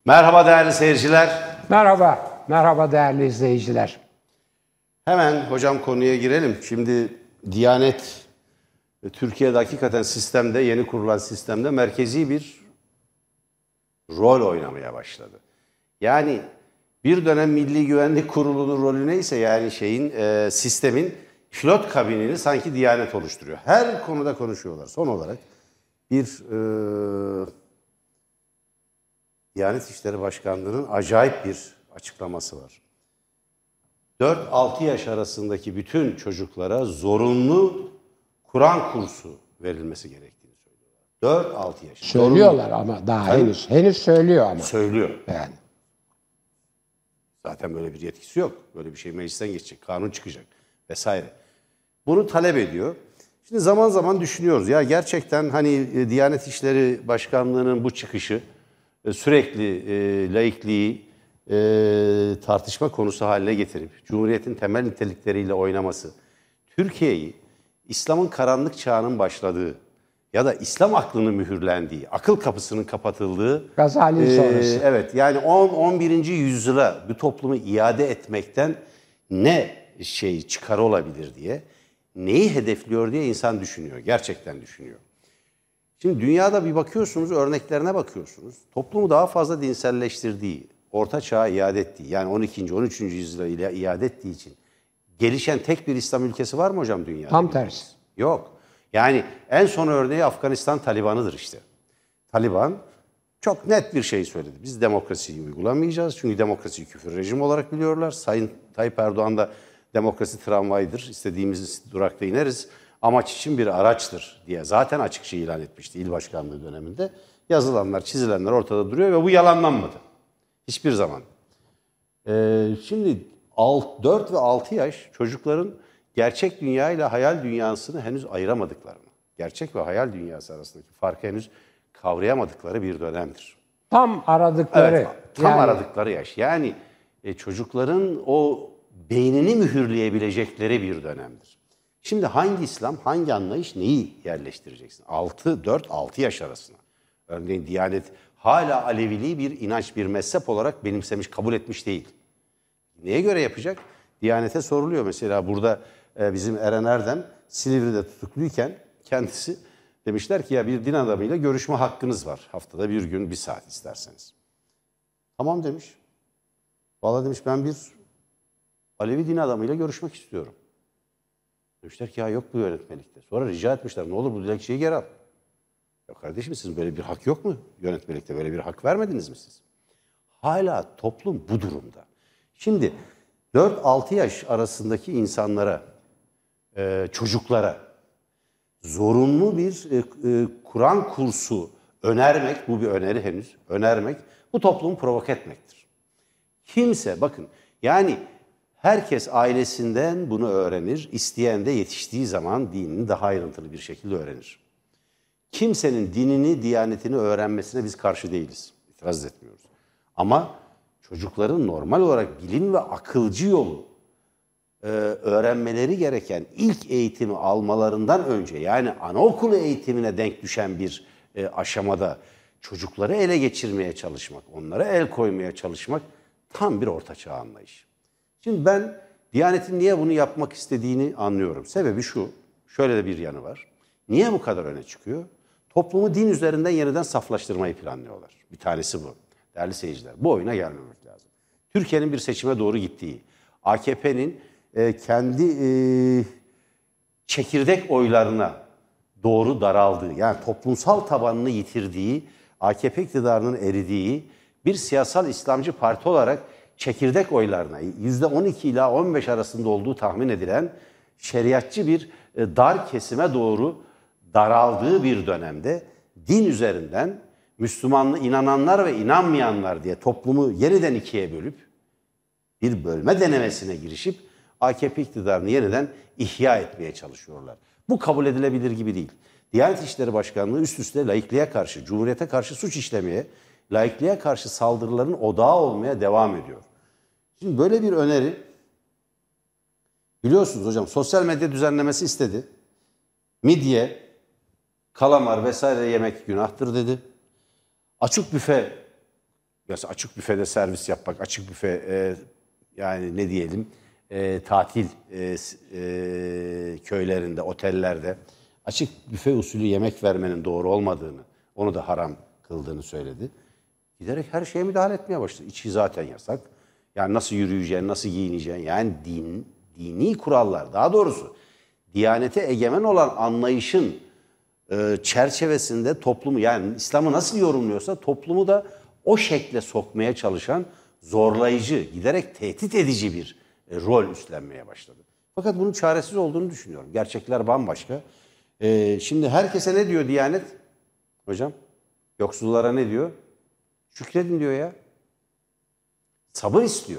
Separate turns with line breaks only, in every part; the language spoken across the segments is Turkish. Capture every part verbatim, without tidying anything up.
Merhaba değerli seyirciler.
Merhaba, merhaba değerli izleyiciler.
Hemen hocam konuya girelim. Şimdi Diyanet, Türkiye'de hakikaten sistemde, yeni kurulan sistemde merkezi bir rol oynamaya başladı. Yani bir dönem Milli Güvenlik Kurulu'nun rolü neyse, yani şeyin, e, sistemin pilot kabinini sanki Diyanet oluşturuyor. Her konuda konuşuyorlar. Son olarak bir e, Diyanet İşleri Başkanlığı'nın acayip bir açıklaması var. dört altı yaş arasındaki bütün çocuklara zorunlu Kur'an kursu verilmesi gerektiğini söylüyorlar. dört altı yaş.
Söylüyorlar
zorunlu.
ama daha
Tabii.
henüz. Henüz söylüyor ama.
Söylüyor.
Yani.
Zaten böyle bir yetkisi yok. Böyle bir şey meclisten geçecek, kanun çıkacak vesaire. Bunu talep ediyor. Şimdi zaman zaman düşünüyoruz. Ya gerçekten hani Diyanet İşleri Başkanlığı'nın bu çıkışı sürekli e, laikliği e, tartışma konusu haline getirip Cumhuriyet'in temel nitelikleriyle oynaması, Türkiye'yi İslam'ın karanlık çağının başladığı ya da İslam aklının mühürlendiği, akıl kapısının kapatıldığı
Gazali
e,
sonrası.
Evet, yani on on birinci yüzyıla bu toplumu iade etmekten ne şey çıkarı olabilir diye, neyi hedefliyor diye insan düşünüyor, gerçekten düşünüyor. Şimdi dünyada bir bakıyorsunuz, örneklerine bakıyorsunuz. Toplumu daha fazla dinselleştirdiği, orta çağa iade ettiği, yani on ikinci on üçüncü yüzyıla iade ettiği için gelişen tek bir İslam ülkesi var mı hocam dünyada?
Tam tersi.
Yok. Yani en son örneği Afganistan Taliban'ıdır işte. Taliban çok net bir şey söyledi. Biz demokrasiyi uygulamayacağız. Çünkü demokrasiyi küfür rejimi olarak biliyorlar. Sayın Tayyip Erdoğan da demokrasi tramvayıdır, İstediğimiz durakta ineriz, amaç için bir araçtır diye zaten açıkça ilan etmişti il başkanlığı döneminde. Yazılanlar, çizilenler ortada duruyor ve bu yalanlanmadı. Hiçbir zaman. Ee, şimdi dört ve altı yaş çocukların gerçek dünya ile hayal dünyasını henüz ayıramadıklarını, gerçek ve hayal dünyası arasındaki farkı henüz kavrayamadıkları bir dönemdir.
Tam aradıkları.
Evet, tam
yani,
aradıkları yaş. Yani e, çocukların o beynini mühürleyebilecekleri bir dönemdir. Şimdi hangi İslam, hangi anlayış, neyi yerleştireceksin? altı, dört altı yaş arasına. Örneğin Diyanet hala Aleviliği bir inanç, bir mezhep olarak benimsemiş, kabul etmiş değil. Neye göre yapacak? Diyanete soruluyor. Mesela burada e, bizim Eren Erdem Silivri'de tutukluyken kendisi demişler ki ya bir din adamıyla görüşme hakkınız var. Haftada bir gün, bir saat isterseniz. Tamam demiş. Vallahi demiş ben bir Alevi din adamıyla görüşmek istiyorum. Demişler ki ya yok bu yönetmelikte. Sonra rica etmişler ne olur bu dilekçeyi geri al. Ya kardeşim sizin böyle bir hak yok mu? Yönetmelikte böyle bir hak vermediniz mi siz? Hala toplum bu durumda. Şimdi dört altı yaş arasındaki insanlara, e, çocuklara zorunlu bir e, e, Kur'an kursu önermek, bu bir öneri henüz, önermek bu toplumu provoke etmektir. Kimse bakın yani herkes ailesinden bunu öğrenir, isteyen de yetiştiği zaman dinini daha ayrıntılı bir şekilde öğrenir. Kimsenin dinini, diyanetini öğrenmesine biz karşı değiliz, itiraz etmiyoruz. Ama çocukların normal olarak bilim ve akılcı yolu e, öğrenmeleri gereken ilk eğitimi almalarından önce, yani anaokulu eğitimine denk düşen bir e, aşamada çocukları ele geçirmeye çalışmak, onlara el koymaya çalışmak tam bir ortaçağ anlayışı. Şimdi ben Diyanet'in niye bunu yapmak istediğini anlıyorum. Sebebi şu, şöyle de bir yanı var. Niye bu kadar öne çıkıyor? Toplumu din üzerinden yeniden saflaştırmayı planlıyorlar. Bir tanesi bu. Değerli seyirciler, bu oyuna gelmemek lazım. Türkiye'nin bir seçime doğru gittiği, A K P'nin e, kendi e, çekirdek oylarına doğru daraldığı, yani toplumsal tabanını yitirdiği, A K P iktidarının eridiği bir siyasal İslamcı parti olarak çekirdek oylarına yüzde on iki ila on beş arasında olduğu tahmin edilen şeriatçı bir e, dar kesime doğru daraldığı bir dönemde din üzerinden Müslümanlı inananlar ve inanmayanlar diye toplumu yeniden ikiye bölüp bir bölme denemesine girişip A K P iktidarını yeniden ihya etmeye çalışıyorlar. Bu kabul edilebilir gibi değil. Diyanet İşleri Başkanlığı üst üste laikliğe karşı, Cumhuriyete karşı suç işlemeye, laikliğe karşı saldırıların odağı olmaya devam ediyor. Şimdi böyle bir öneri, biliyorsunuz hocam, sosyal medya düzenlemesi istedi. Midye, kalamar vesaire yemek günahtır dedi. Açık büfe mesela açık büfede servis yapmak, açık büfe e, yani ne diyelim e, tatil e, e, köylerinde, otellerde açık büfe usulü yemek vermenin doğru olmadığını, onu da haram kıldığını söyledi. Giderek her şeye müdahale etmeye başladı. İçki zaten yasak. Yani nasıl yürüyeceğin, nasıl giyineceğin, yani din, dini kurallar, daha doğrusu Diyanete egemen olan anlayışın e, çerçevesinde toplumu, yani İslam'ı nasıl yorumluyorsa toplumu da o şekle sokmaya çalışan zorlayıcı, giderek tehdit edici bir e, rol üstlenmeye başladı. Fakat bunun çaresiz olduğunu düşünüyorum. Gerçekler bambaşka. E, şimdi herkese ne diyor Diyanet? Hocam, yoksullara ne diyor? Şükredin diyor ya. Sabır istiyor.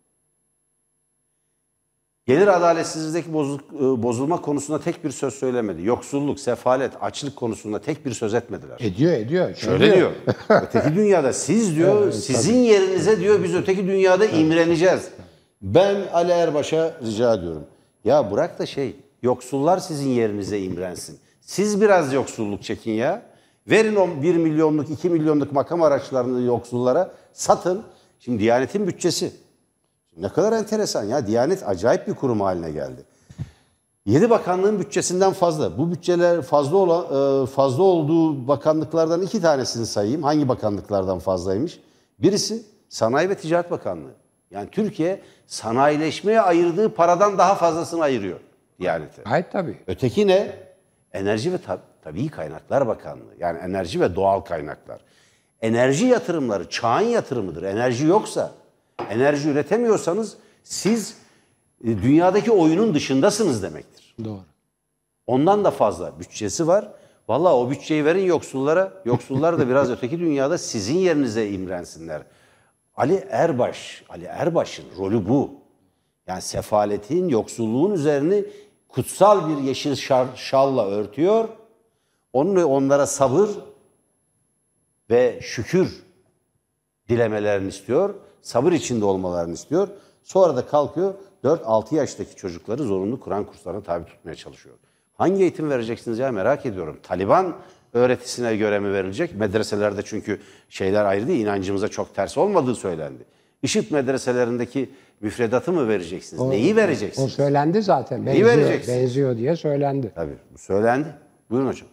Gelir adaletsizliğindeki bozulma konusunda tek bir söz söylemedi. Yoksulluk, sefalet, açlık konusunda tek bir söz etmediler.
Ediyor, ediyor.
Şöyle diyor. Öteki dünyada siz diyor, evet, sizin tabii. yerinize diyor biz öteki dünyada evet. imreneceğiz. Ben Ali Erbaş'a rica ediyorum. Ya bırak da şey, yoksullar sizin yerinize imrensin. Siz biraz yoksulluk çekin ya. Verin o bir milyonluk, iki milyonluk makam araçlarını yoksullara satın. Şimdi Diyanet'in bütçesi. Ne kadar enteresan ya. Diyanet acayip bir kurum haline geldi. Yedi bakanlığın bütçesinden fazla. Bu bütçeler fazla olan, fazla olduğu bakanlıklardan iki tanesini sayayım. Hangi bakanlıklardan fazlaymış? Birisi Sanayi ve Ticaret Bakanlığı. Yani Türkiye sanayileşmeye ayırdığı paradan daha fazlasını ayırıyor Diyanet'e.
Hayır tabii.
Öteki ne? Enerji ve tab- Tabii Kaynaklar Bakanlığı. Yani enerji ve doğal kaynaklar. Enerji yatırımları çağın yatırımıdır. Enerji yoksa, enerji üretemiyorsanız siz dünyadaki oyunun dışındasınız demektir.
Doğru.
Ondan da fazla bütçesi var. Vallahi o bütçeyi verin yoksullara. Yoksullar da biraz öteki dünyada sizin yerinize imrensinler. Ali Erbaş, Ali Erbaş'ın rolü bu. Yani sefaletin, yoksulluğun üzerini kutsal bir yeşil şalla örtüyor. Onun onlara sabır ve şükür dilemelerini istiyor. Sabır içinde olmalarını istiyor. Sonra da kalkıyor dört altı yaştaki çocukları zorunlu Kur'an kurslarına tabi tutmaya çalışıyor. Hangi eğitim vereceksiniz ya merak ediyorum. Taliban öğretisine göre mi verilecek? Medreselerde çünkü şeyler ayrı değil, inancımıza çok ters olmadığı söylendi. IŞİD medreselerindeki müfredatı mı vereceksiniz? O, Neyi vereceksiniz?
O söylendi zaten. Benziyor, benziyor diye söylendi.
Tabii bu söylendi. Buyurun hocam.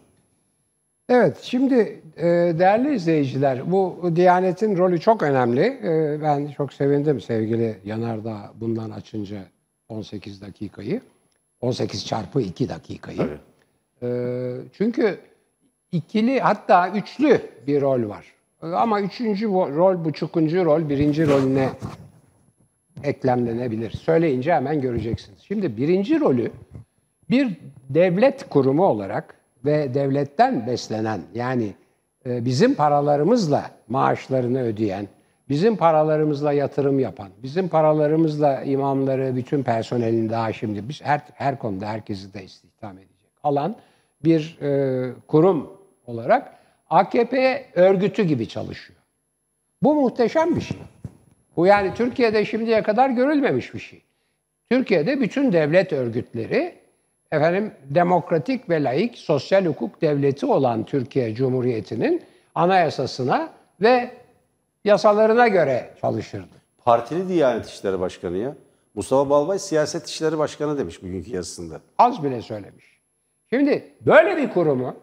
Evet, şimdi e, değerli izleyiciler, bu Diyanet'in rolü çok önemli. E, ben çok sevindim sevgili Yanardağ bundan açınca on sekiz dakikayı. on sekiz çarpı iki dakikayı. E, çünkü ikili hatta üçlü bir rol var. E, ama üçüncü rol, buçukuncu rol, birinci rolüne eklemlenebilir. Söyleyince hemen göreceksiniz. Şimdi birinci rolü bir devlet kurumu olarak ve devletten beslenen, yani bizim paralarımızla maaşlarını ödeyen, bizim paralarımızla yatırım yapan, bizim paralarımızla imamları, bütün personelini daha şimdi biz her, her konuda herkesi de istihdam edecek alan bir e, kurum olarak A K P örgütü gibi çalışıyor. Bu muhteşem bir şey. Bu yani Türkiye'de şimdiye kadar görülmemiş bir şey. Türkiye'de bütün devlet örgütleri efendim demokratik ve laik sosyal hukuk devleti olan Türkiye Cumhuriyeti'nin anayasasına ve yasalarına göre çalışırdı.
Partili Diyanet İşleri Başkanı ya. Mustafa Balbay Siyaset İşleri Başkanı demiş bugünkü yazısında.
Az bile söylemiş. Şimdi böyle bir kurumu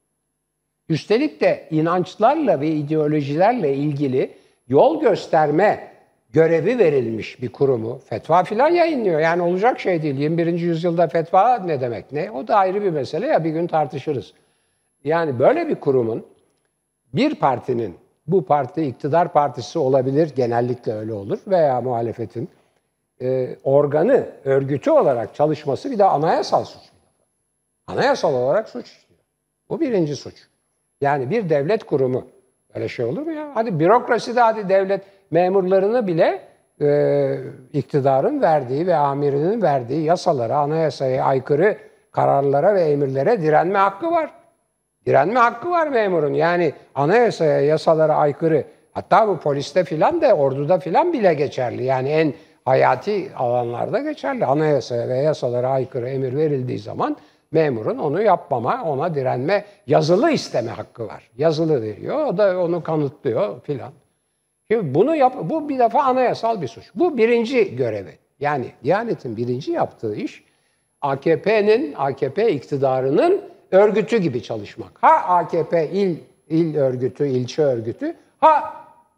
üstelik de inançlarla ve ideolojilerle ilgili yol gösterme görevi verilmiş bir kurumu fetva filan yayınlıyor. Yani olacak şey değil. yirmi birinci yüzyılda fetva ne demek ne? O da ayrı bir mesele ya, bir gün tartışırız. Yani böyle bir kurumun bir partinin, bu parti iktidar partisi olabilir, genellikle öyle olur veya muhalefetin e, organı, örgütü olarak çalışması bir de anayasal suç. Anayasal olarak suç işliyor. Bu birinci suç. Yani bir devlet kurumu. Öyle şey olur mu ya? Hadi bürokraside hadi devlet memurlarını bile e, iktidarın verdiği ve amirinin verdiği yasalara, anayasaya aykırı kararlara ve emirlere direnme hakkı var. Direnme hakkı var memurun. Yani anayasaya, yasalara aykırı, hatta bu poliste filan da, orduda filan bile geçerli. Yani en hayati alanlarda geçerli. Anayasaya ve yasalara aykırı emir verildiği zaman memurun onu yapmama, ona direnme, yazılı isteme hakkı var. Yazılı veriyor, o da onu kanıtlıyor filan. Şimdi bunu yap, bu bir defa anayasal bir suç. Bu birinci görevi. Yani Diyanet'in birinci yaptığı iş A K P'nin, A K P iktidarının örgütü gibi çalışmak. Ha A K P il il örgütü, ilçe örgütü, ha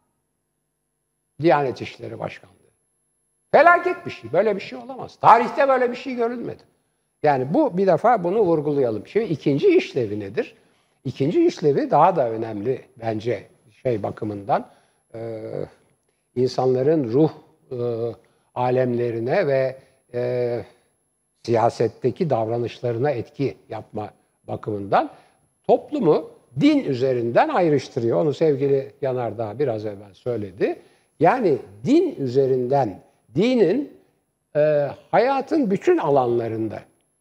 Diyanet İşleri Başkanlığı. Felaket bir şey. Böyle bir şey olamaz. Tarihte böyle bir şey görülmedi. Yani bu bir defa bunu vurgulayalım. Şimdi ikinci işlevi nedir? İkinci işlevi daha da önemli bence şey bakımından. Ee, insanların ruh e, alemlerine ve e, siyasetteki davranışlarına etki yapma bakımından toplumu din üzerinden ayrıştırıyor. Onu sevgili Yanardağ biraz evvel söyledi. Yani din üzerinden, dinin e, hayatın bütün alanlarında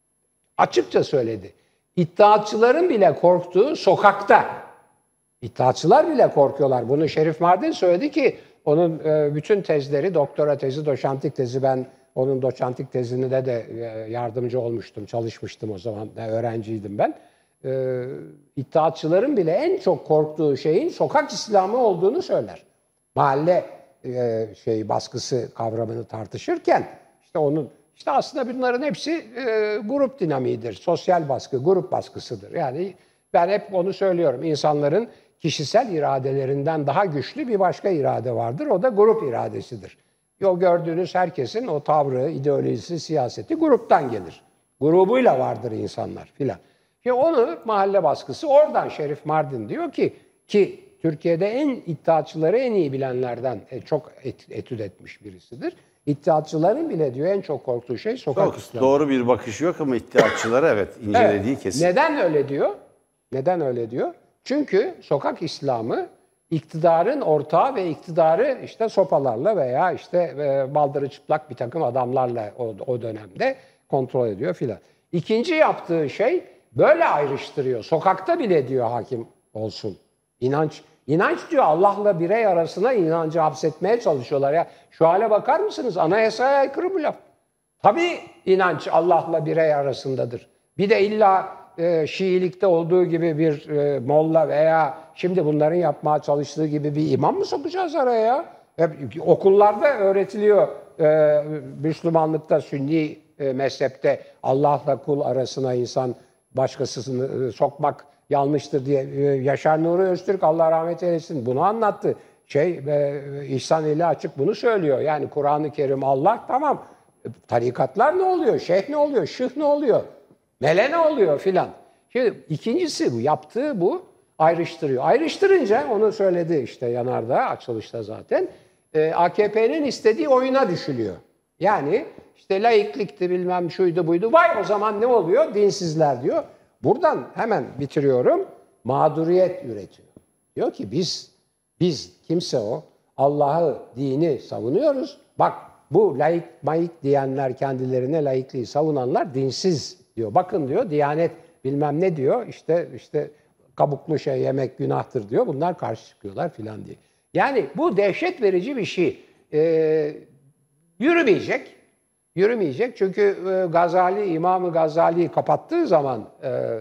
açıkça söyledi. İttihatçıların bile korktuğu sokakta. İttihatçılar bile korkuyorlar. Bunu Şerif Mardin söyledi ki onun e, bütün tezleri, doktora tezi, doçentlik tezi, ben onun doçentlik tezinde de e, yardımcı olmuştum, çalışmıştım o zaman, e, öğrenciydim ben. E, İttihatçıların bile en çok korktuğu şeyin sokak İslamı olduğunu söyler. Mahalle e, şey baskısı kavramını tartışırken işte onun işte aslında bunların hepsi e, grup dinamiğidir. Sosyal baskı, grup baskısıdır. Yani ben hep onu söylüyorum. İnsanların kişisel iradelerinden daha güçlü bir başka irade vardır. O da grup iradesidir. O gördüğünüz herkesin o tavrı, ideolojisi, siyaseti gruptan gelir. Grubuyla vardır insanlar filan. Şimdi onu mahalle baskısı oradan Şerif Mardin diyor ki ki Türkiye'de en iddiatçıları en iyi bilenlerden e, çok et, etüt etmiş birisidir. İttihatçıların bile diyor en çok korktuğu şey sokak
Çok
İslamı.
doğru bir bakış yok ama iddiatçıları evet incelediği
Evet.
kesin.
Neden öyle diyor? Neden öyle diyor? Çünkü sokak İslamı iktidarın ortağı ve iktidarı işte sopalarla veya işte e, baldırı çıplak bir takım adamlarla o, o dönemde kontrol ediyor filan. İkinci yaptığı şey böyle ayrıştırıyor. Sokakta bile diyor hakim olsun. İnanç, inanç diyor Allah'la birey arasına inancı hapsetmeye çalışıyorlar ya. Şu hale bakar mısınız? Anayasaya aykırı bu laf. Tabii inanç Allah'la birey arasındadır. Bir de illa e, Şiilikte olduğu gibi bir e, molla veya şimdi bunların yapmaya çalıştığı gibi bir imam mı sokacağız araya ya? Hep, okullarda öğretiliyor e, Müslümanlıkta, Sünni e, mezhepte Allah'la kul arasına insan başkasını e, sokmak yanlıştır diye. E, Yaşar Nuri Öztürk Allah rahmet eylesin bunu anlattı. Şey e, İhsan eli açık bunu söylüyor. Yani Kur'an-ı Kerim Allah tamam. Tarikatlar ne oluyor? Şeyh ne oluyor? Şıh ne oluyor? Mele ne oluyor filan. Şimdi ikincisi bu. Yaptığı bu. Ayrıştırıyor. Ayrıştırınca onu söyledi işte Yanardağ açılışta zaten. E, A K P'nin istediği oyuna düşülüyor. Yani işte laiklikti bilmem şuydu buydu. Vay o zaman ne oluyor? Dinsizler diyor. Buradan hemen bitiriyorum. Mağduriyet üretiyor. Diyor ki biz, biz kimse o Allah'ı, dini savunuyoruz. Bak bu laik, maik diyenler, kendilerine laikliği savunanlar dinsiz diyor. Bakın diyor, Diyanet bilmem ne diyor, işte işte kabuklu şey yemek günahtır diyor. Bunlar karşı çıkıyorlar filan diye. Yani bu dehşet verici bir şey. Ee, yürümeyecek. Yürümeyecek çünkü e, Gazali, İmam-ı Gazali'yi kapattığı zaman e,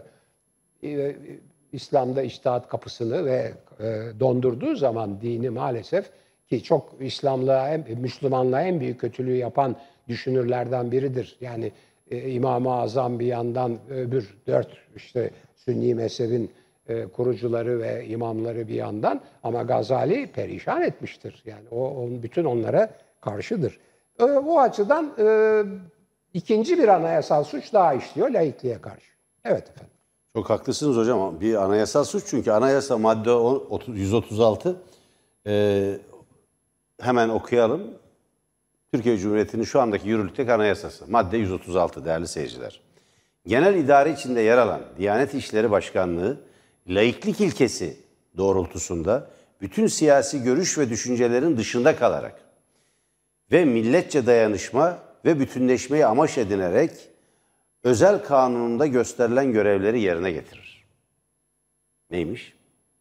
e, İslam'da içtihat kapısını ve e, dondurduğu zaman dini maalesef ki çok İslam'la, Müslümanlığa en büyük kötülüğü yapan düşünürlerden biridir. Yani e, İmam-ı Azam bir yandan öbür dört işte Sünni mezhebin e, kurucuları ve imamları bir yandan ama Gazali perişan etmiştir. Yani o, o bütün onlara karşıdır. E, o açıdan e, ikinci bir anayasal suç daha işliyor laikliğe karşı. Evet efendim.
Çok haklısınız hocam. Bir anayasal suç çünkü anayasa madde yüz otuz altı e, hemen okuyalım. Türkiye Cumhuriyeti'nin şu andaki yürürlükteki anayasası. Madde yüz otuz altı değerli seyirciler. Genel idare içinde yer alan Diyanet İşleri Başkanlığı, laiklik ilkesi doğrultusunda bütün siyasi görüş ve düşüncelerin dışında kalarak ve milletçe dayanışma ve bütünleşmeyi amaç edinerek özel kanununda gösterilen görevleri yerine getirir. Neymiş?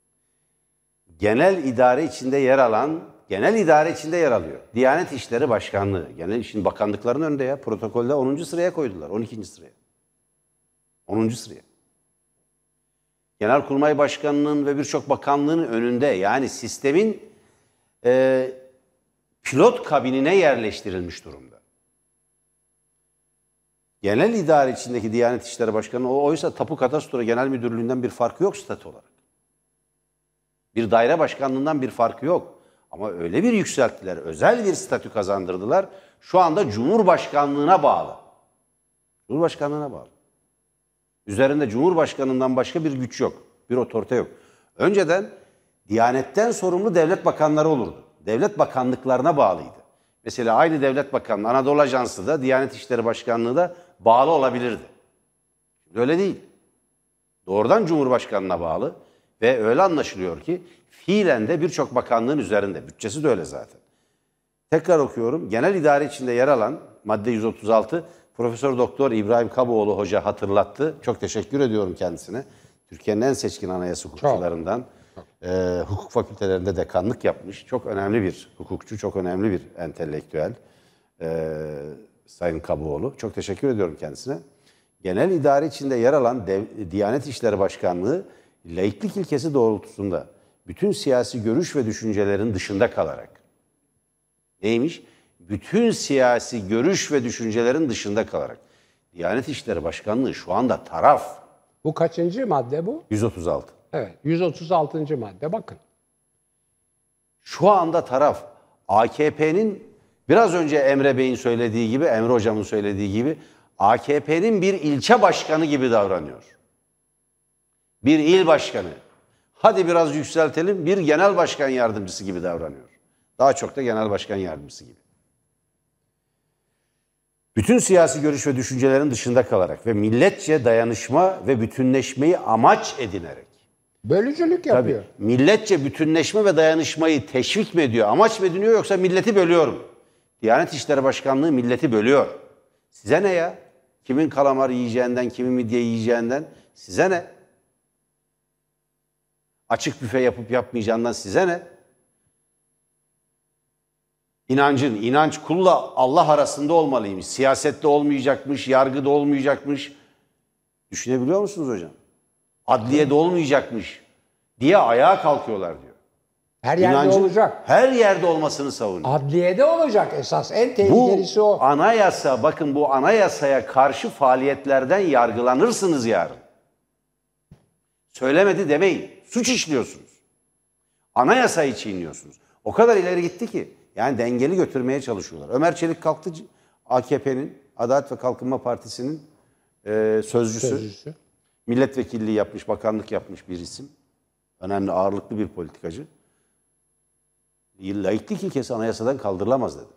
Genel idare içinde yer alan, genel idare içinde yer alıyor. Diyanet İşleri Başkanlığı. Genel işin bakanlıkların önünde ya. Protokolde onuncu sıraya koydular. on ikinci sıraya. onuncu sıraya. Genelkurmay Başkanlığı'nın ve birçok bakanlığın önünde yani sistemin e, pilot kabinine yerleştirilmiş durumda. Genel idare içindeki Diyanet İşleri Başkanı, o oysa Tapu Kadastro Genel Müdürlüğü'nden bir farkı yok statü olarak. Bir daire başkanlığından bir farkı yok. Ama öyle bir yükselttiler, özel bir statü kazandırdılar. Şu anda Cumhurbaşkanlığına bağlı. Cumhurbaşkanlığına bağlı. Üzerinde Cumhurbaşkanından başka bir güç yok, bir otorite yok. Önceden Diyanet'ten sorumlu devlet bakanları olurdu. Devlet bakanlıklarına bağlıydı. Mesela aynı devlet bakanlığı, Anadolu Ajansı da, Diyanet İşleri Başkanlığı da bağlı olabilirdi. Şimdi öyle değil. Doğrudan Cumhurbaşkanına bağlı ve öyle anlaşılıyor ki fiilen de birçok bakanlığın üzerinde. Bütçesi de öyle zaten. Tekrar okuyorum. Genel idare içinde yer alan madde yüz otuz altı, Profesör Doktor İbrahim Kaboğlu Hoca hatırlattı. Çok teşekkür ediyorum kendisine. Türkiye'nin en seçkin anayasa hukukçularından. E, hukuk fakültelerinde dekanlık yapmış. Çok önemli bir hukukçu, çok önemli bir entelektüel e, Sayın Kaboğlu. Çok teşekkür ediyorum kendisine. Genel idare içinde yer alan Dev, Diyanet İşleri Başkanlığı, laiklik ilkesi doğrultusunda bütün siyasi görüş ve düşüncelerin dışında kalarak, neymiş? Bütün siyasi görüş ve düşüncelerin dışında kalarak. Diyanet İşleri Başkanlığı şu anda taraf.
Bu kaçıncı madde bu?
yüz otuz altı.
Evet, yüz otuz altıncı madde bakın.
Şu anda taraf. A K P'nin biraz önce Emre Bey'in söylediği gibi, Emre Hocam'ın söylediği gibi A K P'nin bir ilçe başkanı gibi davranıyor. Bir il başkanı. Hadi biraz yükseltelim, bir genel başkan yardımcısı gibi davranıyor. Daha çok da genel başkan yardımcısı gibi. Bütün siyasi görüş ve düşüncelerin dışında kalarak ve milletçe dayanışma ve bütünleşmeyi amaç edinerek.
Bölücülük yapıyor.
Tabii, milletçe bütünleşme ve dayanışmayı teşvik mi ediyor, amaç mı ediniyor, yoksa milleti bölüyor mu? Diyanet İşleri Başkanlığı milleti bölüyor. Size ne ya? Kimin kalamar yiyeceğinden, kimin midye yiyeceğinden size ne? Açık büfe yapıp yapmayacağından size ne? İnancın, inanç kulla Allah arasında olmalıymış. Siyasette olmayacakmış, yargıda olmayacakmış. Düşünebiliyor musunuz hocam? Adliyede olmayacakmış diye ayağa kalkıyorlar diyor.
Her yerde
İnancın
olacak.
Her yerde olmasını savunuyor.
Adliyede olacak esas. En tehlikelisi
bu
o.
anayasa, bakın bu anayasaya karşı faaliyetlerden yargılanırsınız yarın. Söylemedi demeyin. Suç işliyorsunuz. Anayasayı çiğniyorsunuz. O kadar ileri gitti ki. Yani dengeli götürmeye çalışıyorlar. Ömer Çelik kalktı, A K P'nin, Adalet ve Kalkınma Partisi'nin e, sözcüsü. Sözcüsü. Milletvekilliği yapmış, bakanlık yapmış bir isim. Önemli, ağırlıklı bir politikacı. Laiklik ilkesi anayasadan kaldırılamaz dedi.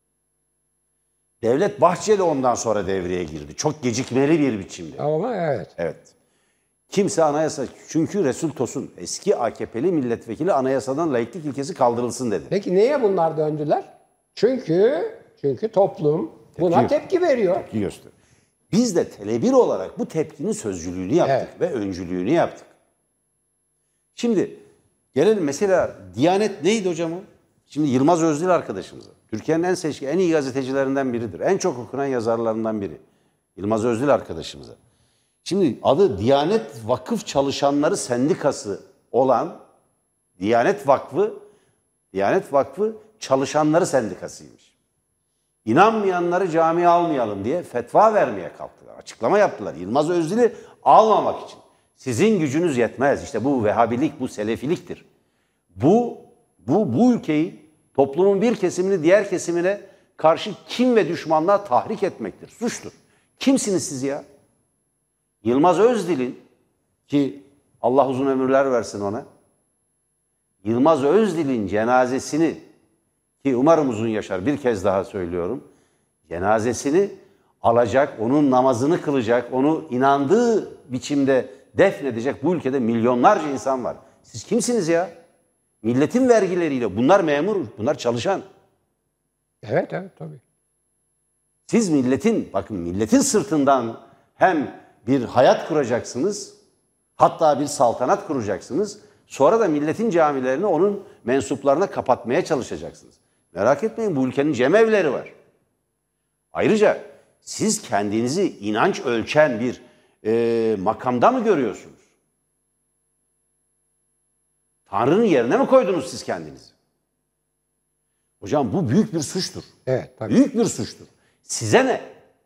Devlet Bahçeli ondan sonra devreye girdi. Çok gecikmeli bir biçimde.
Ama evet.
Evet. Kimse anayasa, çünkü Resul Tosun eski A K P'li milletvekili anayasadan laiklik ilkesi kaldırılsın dedi.
Peki neye bunlar döndüler? Çünkü çünkü toplum buna tepki, tepki veriyor.
Tepki gösteriyor. Biz de Tele bir olarak bu tepkinin sözcülüğünü yaptık evet. ve öncülüğünü yaptık. Şimdi gelelim mesela Diyanet neydi hocam o? Şimdi Yılmaz Özdil arkadaşımıza. Türkiye'nin en seçkin, en iyi gazetecilerinden biridir. En çok okunan yazarlarından biri. Yılmaz Özdil arkadaşımıza. Şimdi adı Diyanet Vakıf Çalışanları Sendikası olan Diyanet Vakfı, Diyanet Vakfı Çalışanları Sendikasıymış. İnanmayanları camiye almayalım diye fetva vermeye kalktılar. Açıklama yaptılar. Yılmaz Özdil'i almamak için. Sizin gücünüz yetmez. İşte bu Vehhabilik, bu Selefiliktir. Bu, bu, bu ülkeyi, toplumun bir kesimini diğer kesimine karşı kin ve düşmanlığa tahrik etmektir. Suçtur. Kimsiniz siz ya? Yılmaz Özdil'in, ki Allah uzun ömürler versin ona, Yılmaz Özdil'in cenazesini, ki umarım uzun yaşar, bir kez daha söylüyorum, cenazesini alacak, onun namazını kılacak, onu inandığı biçimde defnedecek bu ülkede milyonlarca insan var. Siz kimsiniz ya? Milletin vergileriyle, bunlar memur, bunlar çalışan.
Evet, evet tabii.
Siz milletin, bakın milletin sırtından hem bir hayat kuracaksınız, hatta bir saltanat kuracaksınız. Sonra da milletin camilerini onun mensuplarına kapatmaya çalışacaksınız. Merak etmeyin, bu ülkenin cemevleri var. Ayrıca siz kendinizi inanç ölçen bir e, makamda mı görüyorsunuz? Tanrı'nın yerine mi koydunuz siz kendinizi? Hocam bu büyük bir suçtur.
Evet, tabii.
Büyük bir suçtur. Size ne?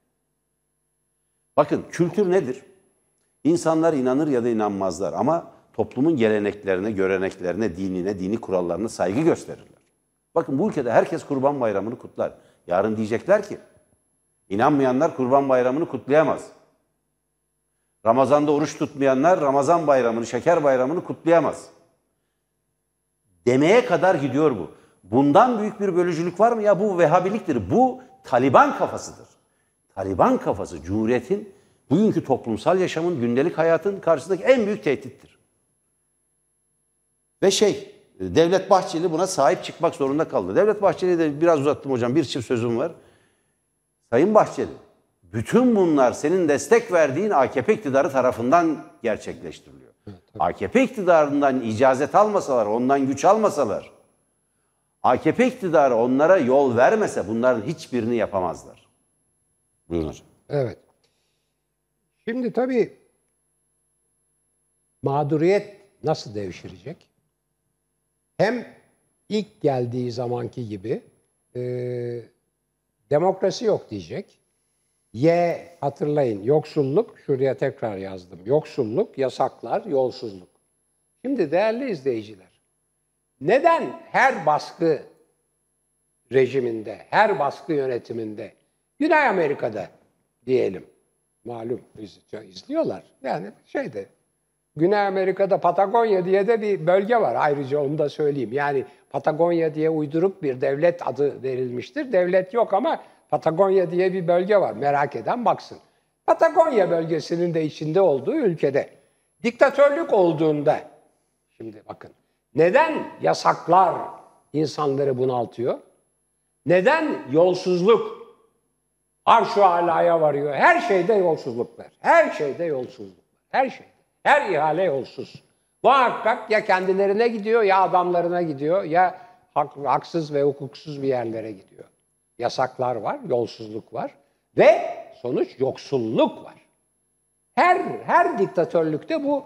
Bakın kültür nedir? İnsanlar inanır ya da inanmazlar ama toplumun geleneklerine, göreneklerine, dinine, dini kurallarına saygı gösterirler. Bakın bu ülkede herkes Kurban Bayramı'nı kutlar. Yarın diyecekler ki inanmayanlar Kurban Bayramı'nı kutlayamaz. Ramazan'da oruç tutmayanlar Ramazan Bayramı'nı, Şeker Bayramı'nı kutlayamaz. Demeye kadar gidiyor bu. Bundan büyük bir bölücülük var mı? Ya bu Vehhabiliktir. Bu Taliban kafasıdır. Taliban kafası Cumhuriyet'in, bugünkü toplumsal yaşamın, gündelik hayatın karşısındaki en büyük tehdittir. Ve şey, Devlet Bahçeli buna sahip çıkmak zorunda kaldı. Devlet Bahçeli'ye de biraz uzattım hocam, bir çift sözüm var. Sayın Bahçeli, bütün bunlar senin destek verdiğin A K P iktidarı tarafından gerçekleştiriliyor. Evet, A K P iktidarından icazet almasalar, ondan güç almasalar, A K P iktidarı onlara yol vermese bunların hiçbirini yapamazlar. Buyurun hocam.
Evet. Şimdi tabii mağduriyet nasıl devşirecek? Hem ilk geldiği zamanki gibi e, demokrasi yok diyecek. Y hatırlayın yoksulluk, şuraya tekrar yazdım. Yoksulluk, yasaklar, yolsuzluk. Şimdi değerli izleyiciler, neden her baskı rejiminde, her baskı yönetiminde, Güney Amerika'da diyelim, malum izliyorlar. Yani şeyde, Güney Amerika'da Patagonya diye de bir bölge var. Ayrıca onu da söyleyeyim. Yani Patagonya diye uyduruk bir devlet adı verilmiştir. Devlet yok ama Patagonya diye bir bölge var. Merak eden baksın. Patagonya bölgesinin de içinde olduğu ülkede diktatörlük olduğunda, şimdi bakın, neden yasaklar insanları bunaltıyor? Neden yolsuzluk arş-ı alaya varıyor? Her şeyde yolsuzluk var. Her şeyde yolsuzluk var. Her şeyde. Her ihale yolsuz. Muhakkak ya kendilerine gidiyor, ya adamlarına gidiyor, ya hak, haksız ve hukuksuz bir yerlere gidiyor. Yasaklar var, yolsuzluk var ve sonuç yoksulluk var. Her her diktatörlükte bu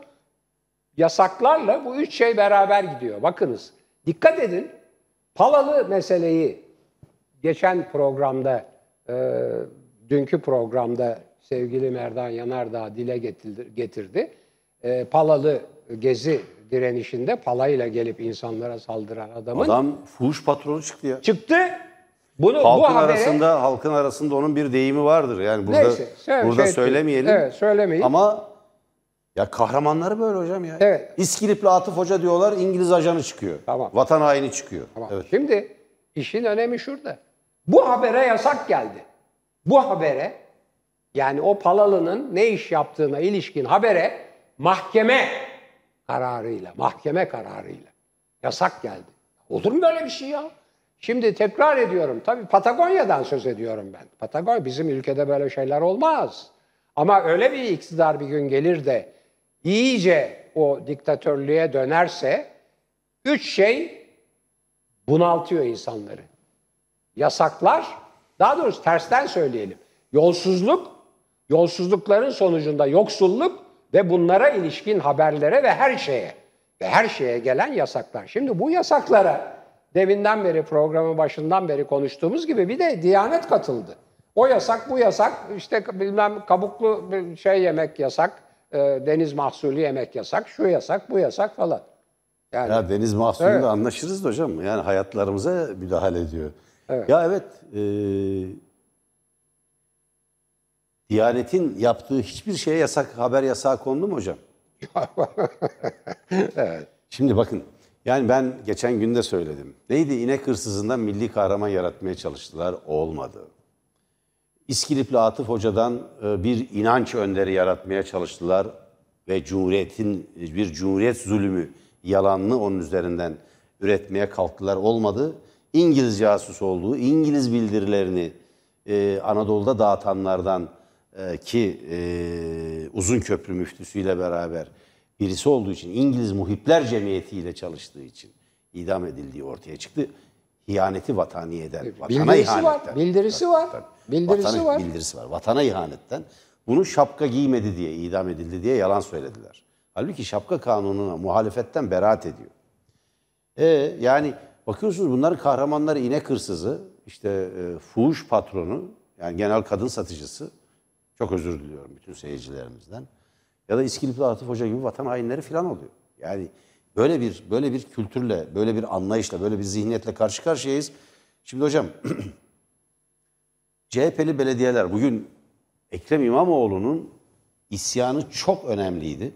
yasaklarla bu üç şey beraber gidiyor. Bakınız, dikkat edin. Palalı meseleyi geçen programda, e, dünkü programda sevgili Merdan Yanardağ dile getirdi. getirdi. E, Palalı gezi direnişinde palayla gelip insanlara saldıran adamın...
Adam fuhuş patronu çıktı ya.
Çıktı. Bunu,
halkın
bu habere,
arasında halkın arasında onun bir deyimi vardır. Yani burada
neyse, söyle,
burada
şey,
söylemeyelim.
Evet, söylemeyin.
Ama ya kahramanları böyle hocam ya.
Evet.
İskilipli Atıf Hoca diyorlar, İngiliz ajanı çıkıyor.
Tamam.
Vatan haini çıkıyor.
Tamam.
Evet.
Şimdi işin önemi şurada. Bu habere yasak geldi. Bu habere, yani o Palalı'nın ne iş yaptığına ilişkin habere mahkeme kararıyla, mahkeme kararıyla yasak geldi. Olur mu böyle bir şey ya? Şimdi tekrar ediyorum. Tabii Patagonya'dan söz ediyorum ben. Patagonya, bizim ülkede böyle şeyler olmaz. Ama öyle bir iktidar bir gün gelir de iyice o diktatörlüğe dönerse üç şey bunaltıyor insanları. Yasaklar, daha doğrusu tersten söyleyelim. Yolsuzluk, yolsuzlukların sonucunda yoksulluk ve bunlara ilişkin haberlere ve her şeye ve her şeye gelen yasaklar. Şimdi bu yasaklara deminden beri, programın başından beri konuştuğumuz gibi bir de Diyanet katıldı. O yasak, bu yasak, işte bilmem kabuklu bir şey yemek yasak, e, deniz mahsulü yemek yasak, şu yasak, bu yasak falan. Yani,
ya deniz mahsulüyle
evet.
anlaşırız da hocam. Yani hayatlarımıza müdahale ediyor.
Evet.
Ya evet, e, Diyanet'in yaptığı hiçbir şeye yasak, haber yasağı kondu mu hocam?
Evet.
Şimdi bakın, yani ben geçen gün de söyledim. Neydi? İnek hırsızından milli kahraman yaratmaya çalıştılar, olmadı. İskilipli Atıf Hoca'dan bir inanç önderi yaratmaya çalıştılar ve Cumhuriyet'in bir Cumhuriyet zulmü, yalanını onun üzerinden üretmeye kalktılar, olmadı. İngiliz casusu olduğu, İngiliz bildirilerini e, Anadolu'da dağıtanlardan e, ki e, Uzunköprü müftüsüyle beraber birisi olduğu için, İngiliz Muhipler Cemiyeti ile çalıştığı için idam edildiği ortaya çıktı. İhaneti vataniyeden, vatana
Bildirisi
ihanetten.
var, bildirisi
Tabii,
var.
tabii.
Bildirisi
Vatana,
var.
Bildirisi var. Vatana ihanetten. Bunu şapka giymedi diye, idam edildi diye yalan söylediler. Halbuki şapka kanununa muhalefetten beraat ediyor. E, yani Bakıyorsunuz bunların kahramanları inek hırsızı, işte e, fuhuş patronu, yani genel kadın satıcısı. Çok özür diliyorum bütün seyircilerimizden. Ya da İskilipli Atıf Hoca gibi vatan hainleri falan oluyor. Yani böyle bir böyle bir kültürle, böyle bir anlayışla, böyle bir zihniyetle karşı karşıyayız. Şimdi hocam C H P'li belediyeler bugün Ekrem İmamoğlu'nun isyanı çok önemliydi.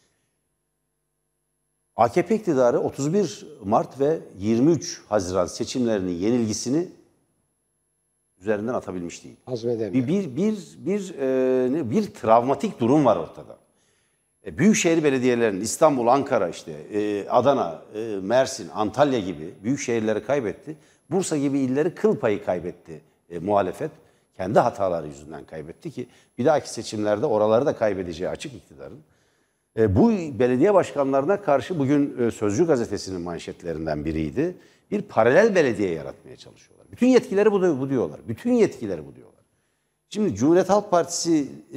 A K P iktidarı otuz bir Mart ve yirmi üç Haziran seçimlerinin yenilgisini üzerinden atabilmiş değil.
Hazmedemiyor.
Bir bir bir bir, e, bir travmatik durum var ortada. E, büyükşehir belediyelerinin İstanbul, Ankara, işte e, Adana, e, Mersin, Antalya gibi büyük şehirleri kaybetti. Bursa gibi illeri kıl payı kaybetti e, muhalefet. Kendi hataları yüzünden kaybetti ki bir dahaki seçimlerde oraları da kaybedeceği açık iktidarın. E, bu belediye başkanlarına karşı bugün e, Sözcü gazetesinin manşetlerinden biriydi. Bir paralel belediye yaratmaya çalışıyorlar. Bütün yetkileri bu, bu diyorlar. Bütün yetkileri bu diyorlar. Şimdi Cumhuriyet Halk Partisi e,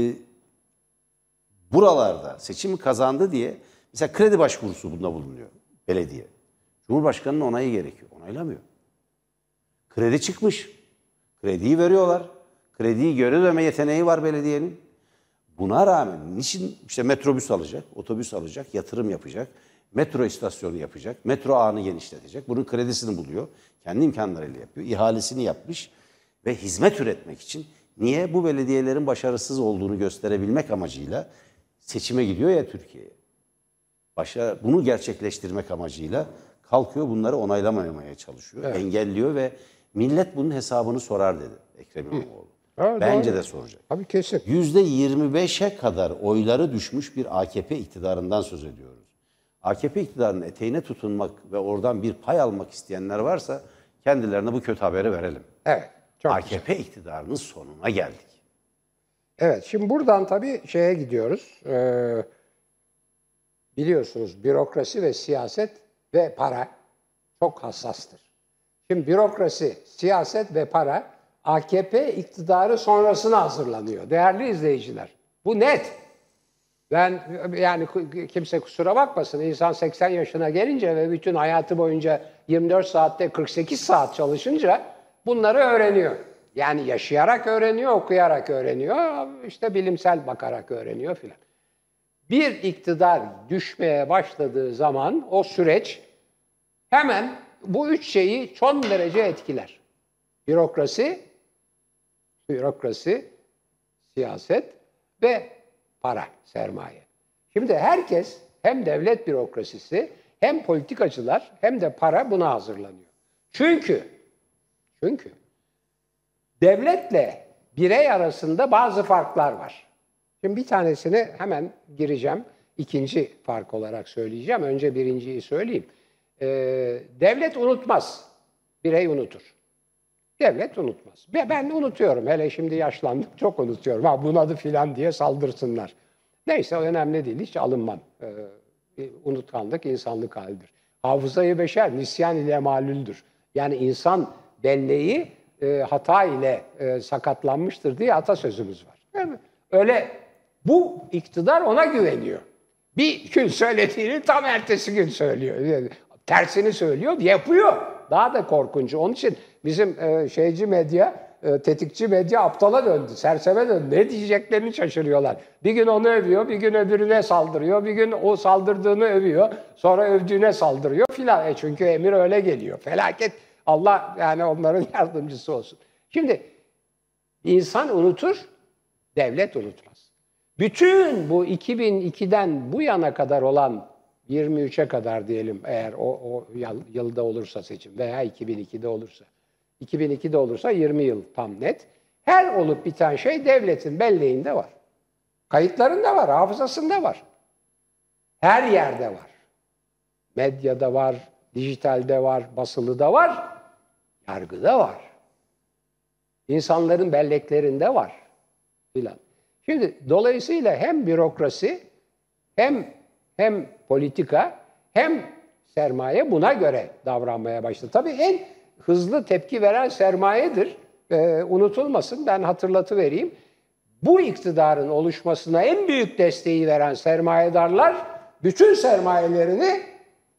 buralarda seçimi kazandı diye mesela kredi başvurusu bunda bulunuyor belediye. Cumhurbaşkanının onayı gerekiyor. Onaylamıyor. Kredi çıkmış. Krediyi veriyorlar. Krediyi geri ödeme yeteneği var belediyenin. Buna rağmen niçin işte metrobüs alacak, otobüs alacak, yatırım yapacak, metro istasyonu yapacak, metro ağını genişletecek. Bunun kredisini buluyor. Kendi imkanlarıyla yapıyor. İhalesini yapmış ve hizmet üretmek için niye bu belediyelerin başarısız olduğunu gösterebilmek amacıyla seçime gidiyor ya Türkiye'ye. Başa, bunu gerçekleştirmek amacıyla kalkıyor bunları onaylamamaya çalışıyor. Evet. Engelliyor ve millet bunun hesabını sorar dedi Ekrem İmamoğlu.
Evet,
Bence
doğru.
de soracak.
Tabii kesin.
yüzde yirmi beşe kadar oyları düşmüş bir A K P iktidarından söz ediyoruz. A K P iktidarının eteğine tutunmak ve oradan bir pay almak isteyenler varsa kendilerine bu kötü haberi verelim.
Evet. Çok
A K P güzel. iktidarının sonuna geldik.
Evet. Şimdi buradan tabii şeye gidiyoruz. Ee, biliyorsunuz bürokrasi ve siyaset ve para çok hassastır. Şimdi bürokrasi, siyaset ve para A K P iktidarı sonrasına hazırlanıyor. Değerli izleyiciler. Bu net. Ben yani kimse kusura bakmasın. İnsan seksen yaşına gelince ve bütün hayatı boyunca yirmi dört saatte kırk sekiz saat çalışınca bunları öğreniyor. Yani yaşayarak öğreniyor, okuyarak öğreniyor, işte bilimsel bakarak öğreniyor filan. Bir iktidar düşmeye başladığı zaman o süreç hemen bu üç şeyi son derece etkiler. Bürokrasi, bürokrasi, siyaset ve para, sermaye. Şimdi herkes hem devlet bürokrasisi hem politikacılar hem de para buna hazırlanıyor. Çünkü çünkü devletle birey arasında bazı farklar var. Şimdi bir tanesini hemen gireceğim. İkinci fark olarak söyleyeceğim. Önce birinciyi söyleyeyim. Ee, devlet unutmaz. Birey unutur. Devlet unutmaz. Ve ben unutuyorum. Hele şimdi yaşlandım. Çok unutuyorum. Ha bunadı filan diye saldırsınlar. Neyse önemli değil. Hiç alınmam. Ee, unutkanlık insanlık halidir. Hafızayı beşer nisyan ile malüldür. Yani insan belleği e, hata ile e, sakatlanmıştır diye atasözümüz var. Yani öyle bu iktidar ona güveniyor. Bir gün söylediğini tam ertesi gün söylüyor. Yani tersini söylüyor, yapıyor. Daha da korkuncu. Onun için bizim e, şeyci medya, e, tetikçi medya aptala döndü, serseme döndü. Ne diyeceklerini şaşırıyorlar. Bir gün onu övüyor, bir gün öbürüne saldırıyor, bir gün o saldırdığını övüyor, sonra övdüğüne saldırıyor filan. E çünkü emir öyle geliyor. Felaket. Allah yani onların yardımcısı olsun. Şimdi insan unutur, devlet unutmaz. Bütün bu iki bin ikiden bu yana kadar olan yirmi üçe kadar diyelim eğer o, o yılda olursa seçim veya iki bin ikide olursa. iki bin ikide olursa yirmi yıl tam net. Her olup biten şey devletin belleğinde var. Kayıtlarında var, hafızasında var. Her yerde var. Medyada var, dijitalde var, basılıda var, yargıda var. İnsanların belleklerinde var filan. Şimdi dolayısıyla hem bürokrasi hem hem politika hem sermaye buna göre davranmaya başladı. Tabii en hızlı tepki veren sermayedir. Ee, unutulmasın, ben hatırlatıvereyim. Bu iktidarın oluşmasına en büyük desteği veren sermayedarlar bütün sermayelerini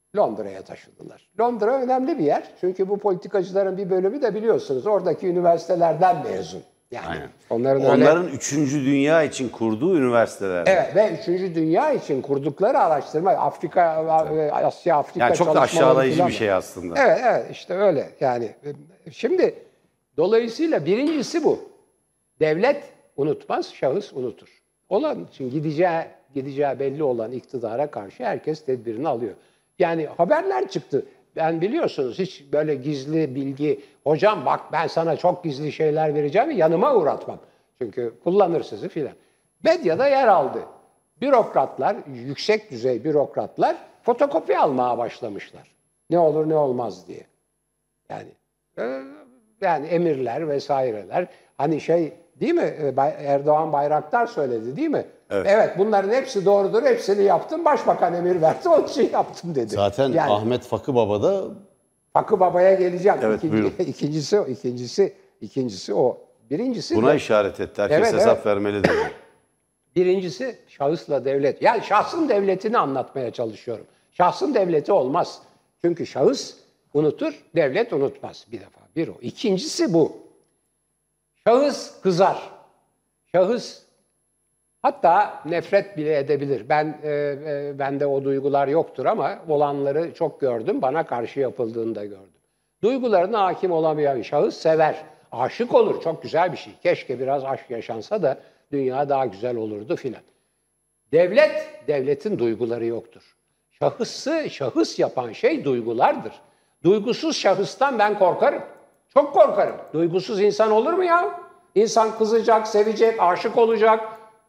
Londra'ya taşıdılar. Londra önemli bir yer. Çünkü bu politikacıların bir bölümü de biliyorsunuz oradaki üniversitelerden mezun. Yani
Aynen.
onların
Onların
öyle...
üçüncü dünya için kurduğu üniversiteler.
Evet ve üçüncü dünya için kurdukları araştırma Afrika, Asya, Afrika
yani çok da
çalışmaları
aşağılayıcı
falan
bir şey aslında.
Evet, evet işte öyle. Yani şimdi dolayısıyla birincisi bu. Devlet unutmaz, şahıs unutur. Onun için gideceği gideceği belli olan iktidara karşı herkes tedbirini alıyor. Yani haberler çıktı. Ben biliyorsunuz hiç böyle gizli bilgi, hocam bak ben sana çok gizli şeyler vereceğim yanıma uğratmam. Çünkü kullanır sizi filan. Medyada yer aldı. Bürokratlar, yüksek düzey bürokratlar fotokopi almaya başlamışlar. Ne olur ne olmaz diye. Yani yani emirler vesaireler. Hani şey değil mi? Erdoğan Bayraktar söyledi değil mi? Evet. Evet bunların hepsi doğrudur. Hepsini yaptım. Başbakan emir verdi. Onun için yaptım dedi.
Zaten yani, Ahmet Fakı Baba da
Fakı Baba'ya geleceğim.
Evet,
İkinci, ikincisi o. İkincisi, ikincisi o. Birincisi
buna
de,
işaret etti. Herkes
evet,
hesap
evet.
vermeli dedi.
Birincisi şahısla devlet. Yani şahsın devletini anlatmaya çalışıyorum. Şahsın devleti olmaz. Çünkü şahıs unutur, devlet unutmaz bir defa. Bir o. İkincisi bu. Şahıs kızar. Şahıs hatta nefret bile edebilir. Ben e, e, bende o duygular yoktur ama olanları çok gördüm. Bana karşı yapıldığını da gördüm. Duygularına hakim olamayan şahıs sever. Aşık olur. Çok güzel bir şey. Keşke biraz aşk yaşansa da dünya daha güzel olurdu filan. Devlet, devletin duyguları yoktur. Şahısı şahıs yapan şey duygulardır. Duygusuz şahıstan ben korkarım. Çok korkarım. Duygusuz insan olur mu ya? İnsan kızacak, sevecek, aşık olacak.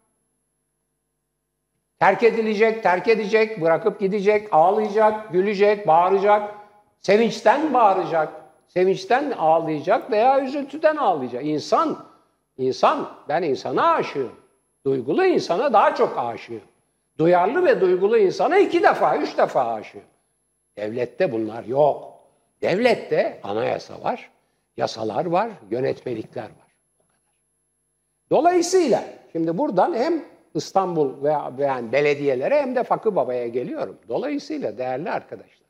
Terk edilecek, terk edecek, bırakıp gidecek, ağlayacak, gülecek, bağıracak. Sevinçten bağıracak, sevinçten ağlayacak veya üzüntüden ağlayacak. İnsan, insan, ben insana aşığım. Duygulu insana daha çok aşığım. Duyarlı ve duygulu insana iki defa, üç defa aşığım. Devlette bunlar yok. Devlette anayasa var, yasalar var, yönetmelikler var. Dolayısıyla şimdi buradan hem İstanbul veya yani belediyelere hem de Fakı Baba'ya geliyorum. Dolayısıyla değerli arkadaşlar,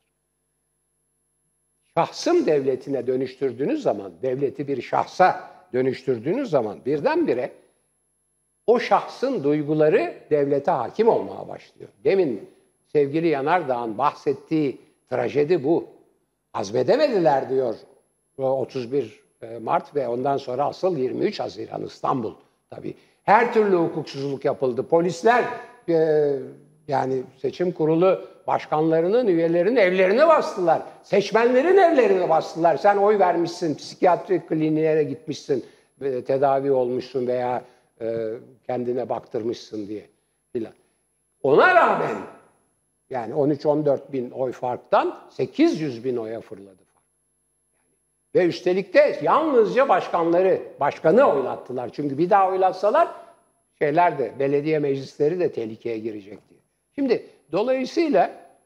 şahsım devletine dönüştürdüğünüz zaman, devleti bir şahsa dönüştürdüğünüz zaman birdenbire o şahsın duyguları devlete hakim olmaya başlıyor. Demin sevgili Yanardağ'ın bahsettiği trajedi bu. Azmedemediler diyor otuz bir Mart ve ondan sonra asıl yirmi üç Haziran İstanbul tabii. Her türlü hukuksuzluk yapıldı. Polisler e, yani seçim kurulu başkanlarının, üyelerinin evlerini bastılar. Seçmenlerin evlerini bastılar. Sen oy vermişsin, psikiyatri kliniğe gitmişsin, e, tedavi olmuşsun veya e, kendine baktırmışsın diye filan. Ona rağmen yani on üç on dört bin oy farktan sekiz yüz bin oya fırladı. Ve üstelik de yalnızca başkanları, başkanı oylattılar. Çünkü bir daha oylatsalar şeyler de, belediye meclisleri de tehlikeye girecek diye. Şimdi dolayısıyla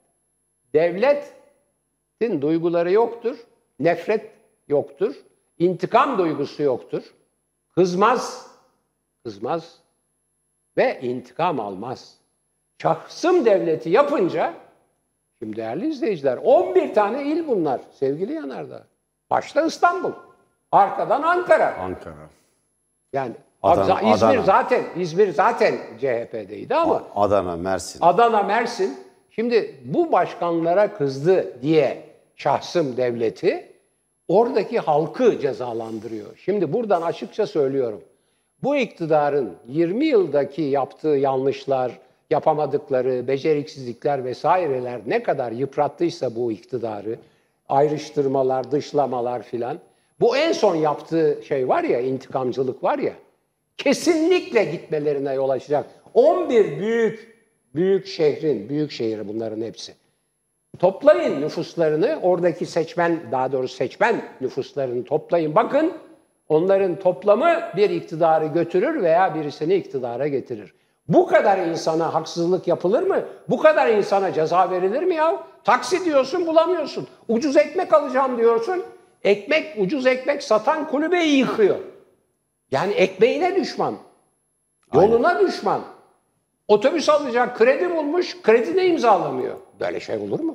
devletin duyguları yoktur, nefret yoktur, intikam duygusu yoktur, kızmaz, kızmaz ve intikam almaz. Şahsım devleti yapınca, şimdi değerli izleyiciler, on bir tane il bunlar sevgili Yanardağ. Başta İstanbul, arkadan Ankara.
Ankara.
Yani
Adana,
İzmir
Adana.
zaten İzmir zaten C H P'deydi ama
Adana, Mersin.
Adana, Mersin. Şimdi bu başkanlara kızdı diye şahsım devleti oradaki halkı cezalandırıyor. Şimdi buradan açıkça söylüyorum. Bu iktidarın yirmi yıldaki yaptığı yanlışlar, yapamadıkları, beceriksizlikler vesaireler ne kadar yıprattıysa bu iktidarı, ayrıştırmalar, dışlamalar filan. Bu en son yaptığı şey var ya, intikamcılık var ya, kesinlikle gitmelerine yol açacak. on bir büyük büyük şehrin, büyük şehri bunların hepsi. Toplayın nüfuslarını, oradaki seçmen, daha doğrusu seçmen nüfuslarını toplayın. Bakın, onların toplamı bir iktidarı götürür veya birisini iktidara getirir. Bu kadar insana haksızlık yapılır mı? Bu kadar insana ceza verilir mi ya? Taksi diyorsun bulamıyorsun. Ucuz ekmek alacağım diyorsun. Ekmek, ucuz ekmek satan kulübeyi yıkıyor. Yani ekmeğine düşman. Yoluna Aynen. düşman. Otobüs alacak kredi bulmuş, kredine imzalamıyor. Böyle şey olur mu?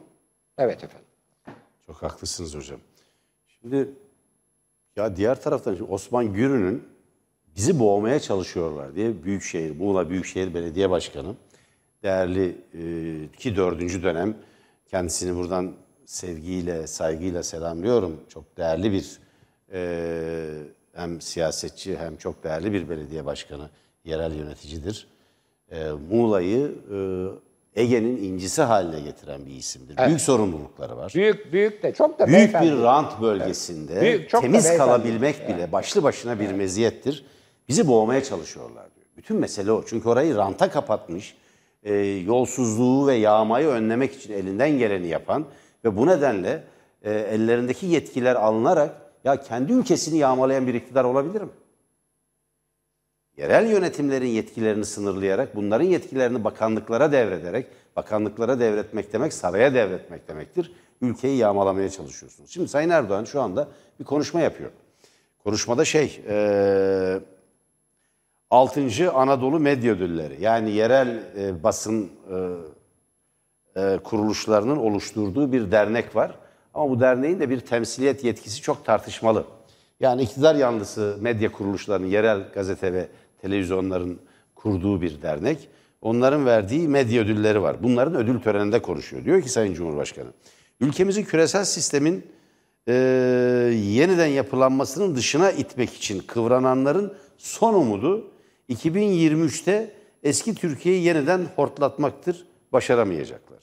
Evet efendim.
Çok haklısınız hocam. Şimdi ya diğer taraftan şimdi Osman Gürü'nün bizi boğmaya çalışıyorlar diye Büyükşehir, Muğla Büyükşehir Belediye Başkanı, değerli e, ki dördüncü dönem, kendisini buradan sevgiyle, saygıyla selamlıyorum. Çok değerli bir e, hem siyasetçi hem çok değerli bir belediye başkanı, yerel yöneticidir. E, Muğla'yı e, Ege'nin incisi haline getiren bir isimdir. Evet. Büyük sorumlulukları var.
Büyük büyük de çok da
büyük
beyefendi.
bir rant bölgesinde evet. Büyük, temiz kalabilmek evet. bile başlı başına bir evet. meziyettir. Bizi boğmaya çalışıyorlar diyor. Bütün mesele o. Çünkü orayı ranta kapatmış, e, yolsuzluğu ve yağmayı önlemek için elinden geleni yapan ve bu nedenle e, ellerindeki yetkiler alınarak ya kendi ülkesini yağmalayan bir iktidar olabilir mi? Yerel yönetimlerin yetkilerini sınırlayarak, bunların yetkilerini bakanlıklara devrederek, bakanlıklara devretmek demek saraya devretmek demektir. Ülkeyi yağmalamaya çalışıyorsunuz. Şimdi Sayın Erdoğan şu anda bir konuşma yapıyor. Konuşmada şey, e, altıncı Anadolu Medya Ödülleri, yani yerel e, basın e, e, kuruluşlarının oluşturduğu bir dernek var. Ama bu derneğin de bir temsiliyet yetkisi çok tartışmalı. Yani iktidar yanlısı medya kuruluşlarının, yerel gazete ve televizyonların kurduğu bir dernek. Onların verdiği medya ödülleri var. Bunların ödül töreninde konuşuyor. Diyor ki Sayın Cumhurbaşkanı, ülkemizin küresel sistemin e, yeniden yapılanmasının dışına itmek için kıvrananların son umudu iki bin yirmi üçte eski Türkiye'yi yeniden hortlatmaktır. Başaramayacaklar.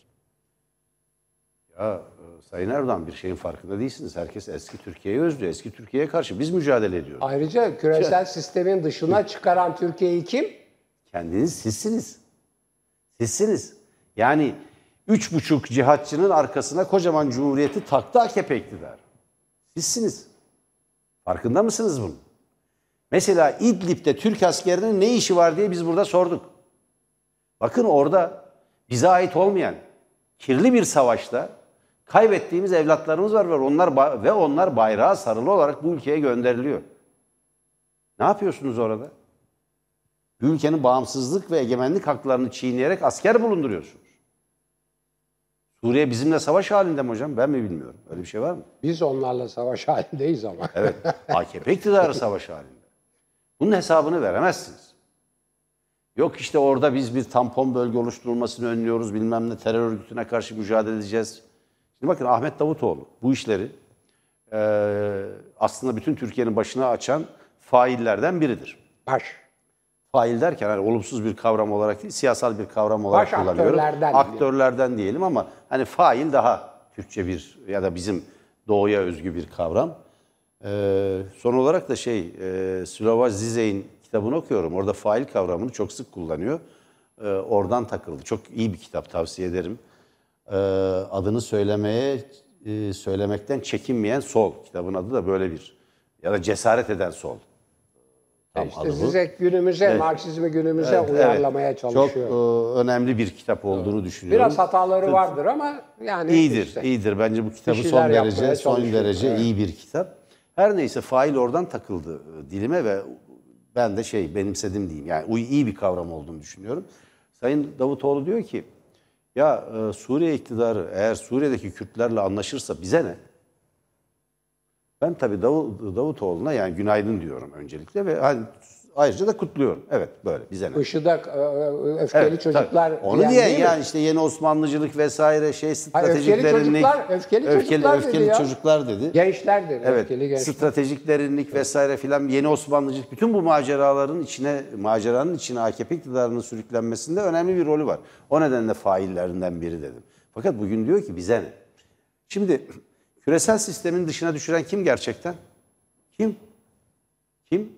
Ya Sayın Erdoğan, bir şeyin farkında değilsiniz. Herkes eski Türkiye'yi özlüyor. Eski Türkiye'ye karşı biz mücadele ediyoruz.
Ayrıca küresel sistemin dışına çıkaran Türkiye'yi kim?
Kendiniz, sizsiniz. Sizsiniz. Yani üç buçuk cihatçının arkasına kocaman cumhuriyeti taktı A K P iktidarı. Sizsiniz. Farkında mısınız bunun? Mesela İdlib'de Türk askerinin ne işi var diye biz burada sorduk. Bakın orada bize ait olmayan kirli bir savaşta kaybettiğimiz evlatlarımız var ve onlar ve onlar bayrağa sarılı olarak bu ülkeye gönderiliyor. Ne yapıyorsunuz orada? Bu ülkenin bağımsızlık ve egemenlik haklarını çiğneyerek asker bulunduruyorsunuz. Suriye bizimle savaş halinde mi hocam? Ben mi bilmiyorum. Öyle bir şey var mı?
Biz onlarla savaş halindeyiz ama.
Evet. A K P iktidarı savaş halinde. Bunun hesabını veremezsiniz. Yok işte orada biz bir tampon bölge oluşturulmasını önlüyoruz, bilmem ne, terör örgütüne karşı mücadele edeceğiz. Şimdi bakın Ahmet Davutoğlu bu işleri e, aslında bütün Türkiye'nin başına açan faillerden biridir.
Baş.
Fail derken hani olumsuz bir kavram olarak değil, siyasal bir kavram olarak
Baş
kullanıyorum.
Aktörlerden,
aktörlerden diyelim ama hani fail daha Türkçe bir ya da bizim doğuya özgü bir kavram. E, son olarak da şey e, Slavoj Zizek'in kitabını okuyorum. Orada fail kavramını çok sık kullanıyor. E, oradan takıldı. Çok iyi bir kitap, tavsiye ederim. E, adını söylemeye e, söylemekten çekinmeyen sol. Kitabın adı da böyle bir. Ya da cesaret eden sol.
Tam işte Zizek günümüze, evet. Marksizmi günümüze evet, uyarlamaya evet. çalışıyor.
Çok e, önemli bir kitap olduğunu evet. düşünüyorum.
Biraz hataları Tıp, vardır ama yani
iyidir,
işte,
iyidir. Bence bu kitabı son derece son derece evet. iyi bir kitap. Her neyse fail oradan takıldı dilime ve ben de şey benimsedim diyeyim. Yani iyi bir kavram olduğunu düşünüyorum. Sayın Davutoğlu diyor ki ya e, Suriye iktidarı eğer Suriye'deki Kürtlerle anlaşırsa bize ne? Ben tabii Dav Davutoğlu'na yani günaydın diyorum öncelikle ve hani ayrıca da kutluyorum. Evet böyle bize ne?
Işı'da öfkeli evet, çocuklar.
Tabii. Onu diye yani işte yeni Osmanlıcılık vesaire şey stratejik derinlik.
Öfkeli, öfkeli, öfkeli çocuklar
öfkeli
dedi
çocuklar dedi.
Gençler dedi.
Evet. Gençler. Stratejik derinlik vesaire filan yeni Osmanlıcılık bütün bu maceraların içine maceranın içine A K P iktidarının sürüklenmesinde önemli bir rolü var. O nedenle faillerinden biri dedim. Fakat bugün diyor ki bize ne? Şimdi küresel sistemin dışına düşüren kim gerçekten? Kim? Kim?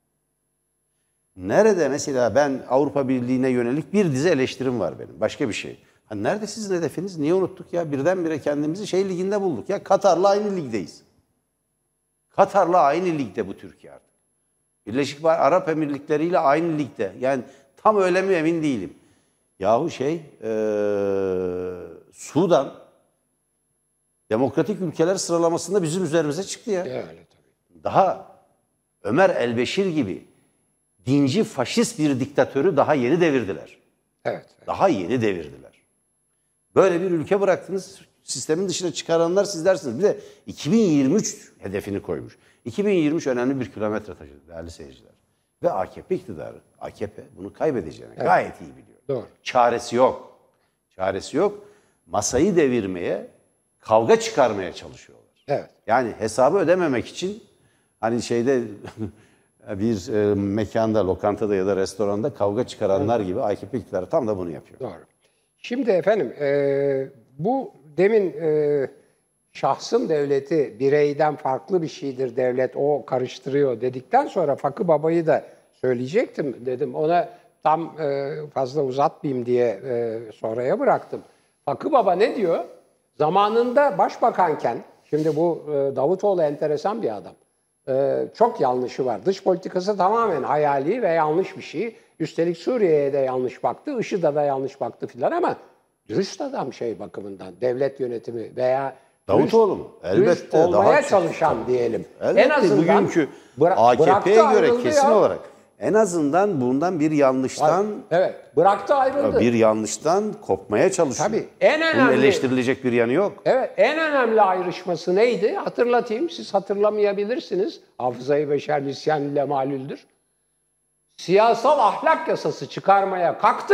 Nerede mesela ben Avrupa Birliği'ne yönelik bir dizi eleştirim var benim. Başka bir şey. Ha nerede sizin hedefiniz? Niye unuttuk ya? Birdenbire kendimizi şey liginde bulduk. Ya Katar'la aynı ligdeyiz. Katar'la aynı ligde bu Türkiye artık. Birleşik Arap Emirlikleri ile aynı ligde. Yani tam öyle mi emin değilim. Yahu şey ee, Sudan demokratik ülkeler sıralamasında bizim üzerimize çıktı ya.
Ya öyle tabii.
Daha Ömer el-Beşir gibi dinci faşist bir diktatörü daha yeni devirdiler.
Evet, evet.
Daha yeni devirdiler. Böyle bir ülke bıraktınız. sistemin dışına çıkaranlar sizlersiniz. Bir de iki bin yirmi üç hedefini koymuş. iki bin yirmi üç önemli bir kilometre taşı değerli seyirciler. Ve A K P iktidarı, A K P bunu kaybedeceğini evet. gayet iyi biliyor.
Doğru.
Çaresi yok. Çaresi yok. Masayı devirmeye, kavga çıkarmaya çalışıyorlar.
Evet.
Yani hesabı ödememek için hani şeyde bir e, mekanda, lokantada ya da restoranda kavga çıkaranlar gibi A K P iktidarı tam da bunu yapıyor.
Doğru. Şimdi efendim e, bu demin e, şahsın devleti bireyden farklı bir şeydir devlet, o karıştırıyor dedikten sonra Fakı Baba'yı da söyleyecektim dedim. Ona tam e, fazla uzatmayayım diye e, sonraya bıraktım. Fakı Baba ne diyor? Zamanında başbakanken, şimdi bu e, Davutoğlu enteresan bir adam. E, çok yanlışı var. Dış politikası tamamen hayali ve yanlış bir şey. Üstelik Suriye'ye de yanlış baktı, IŞİD'e de yanlış baktı filan ama dürüst adam şey bakımından, devlet yönetimi veya
Davutoğlu mu?
Elbette olmaya daha çalışan çok, diyelim.
Elbette en azından bugünkü A K P'ye göre kesin ya. olarak en azından bundan bir yanlıştan
evet, bıraktı ayrıldı.
Bir yanlıştan kopmaya çalışıyor.
Tabii en önemli.
Bunun eleştirilecek bir yanı yok.
Evet, en önemli ayrışması neydi? Hatırlatayım, siz hatırlamayabilirsiniz. Hafızayı beşer nisyan ile malüldür. Siyasal ahlak yasası çıkarmaya kalktı.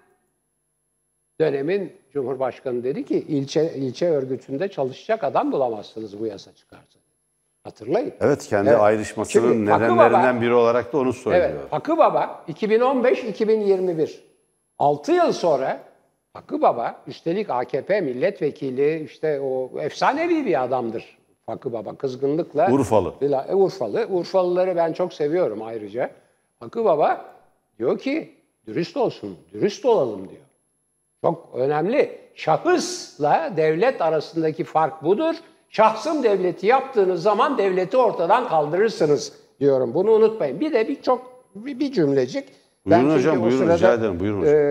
Dönemin Cumhurbaşkanı dedi ki ilçe ilçe örgütünde çalışacak adam bulamazsınız bu yasa çıkarsa. Hatırlayın.
Evet, kendi evet. ayrışmasının Şimdi, nedenlerinden Baba, biri olarak da onu söylüyor.
Evet, Fakı Baba iki bin on beş iki bin yirmi bir altı yıl sonra Fakı Baba üstelik A K P milletvekili, işte o efsanevi bir adamdır Fakı Baba, kızgınlıkla.
Urfalı.
Urfalı. Urfalıları ben çok seviyorum ayrıca. Fakı Baba diyor ki dürüst olsun, dürüst olalım diyor. Çok önemli. Şahısla devlet arasındaki fark budur. Şahsın devleti yaptığınız zaman devleti ortadan kaldırırsınız diyorum. Bunu unutmayın. Bir de bir çok bir, bir cümlecik.
Buyurun ben hocam, buyurun sırada, rica ederim. Buyurun hocam.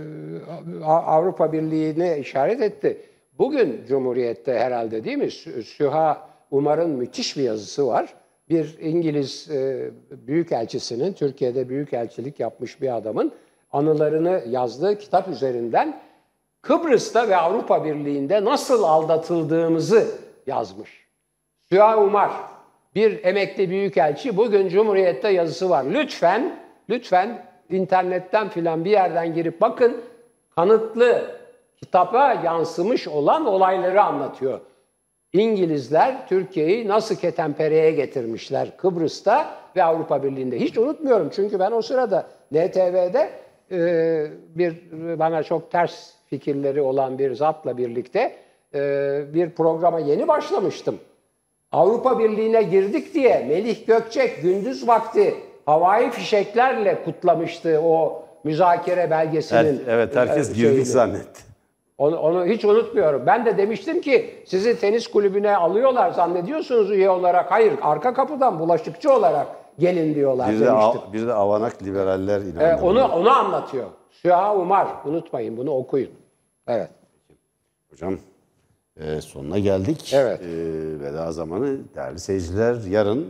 E, Avrupa Birliği'ne işaret etti. Bugün Cumhuriyet'te herhalde değil mi? Süha Umar'ın müthiş bir yazısı var. Bir İngiliz e, büyükelçisinin, Türkiye'de büyükelçilik yapmış bir adamın anılarını yazdığı kitap üzerinden Kıbrıs'ta ve Avrupa Birliği'nde nasıl aldatıldığımızı yazmış. Süha Umar, bir emekli büyükelçi, bugün Cumhuriyet'te yazısı var. Lütfen, lütfen internetten filan bir yerden girip bakın, kanıtlı kitaba yansımış olan olayları anlatıyor. İngilizler Türkiye'yi nasıl ketenpereye getirmişler Kıbrıs'ta ve Avrupa Birliği'nde. Hiç unutmuyorum çünkü ben o sırada N T V'de e, bir bana çok ters fikirleri olan bir zatla birlikte e, bir programa yeni başlamıştım. Avrupa Birliği'ne girdik diye Melih Gökçek gündüz vakti havai fişeklerle kutlamıştı o müzakere belgesinin.
Her, evet, herkes girdik zannetti.
Onu, onu hiç unutmuyorum. Ben de demiştim ki sizi tenis kulübüne alıyorlar zannediyorsunuz üye olarak. Hayır, arka kapıdan bulaşıkçı olarak gelin diyorlar
bir
demiştim.
De, bir de avanak liberaller inandı.
Evet, onu, onu anlatıyor. Süha Umar, unutmayın bunu okuyun. Evet.
Hocam e, sonuna geldik.
Evet.
E, veda zamanı değerli seyirciler. Yarın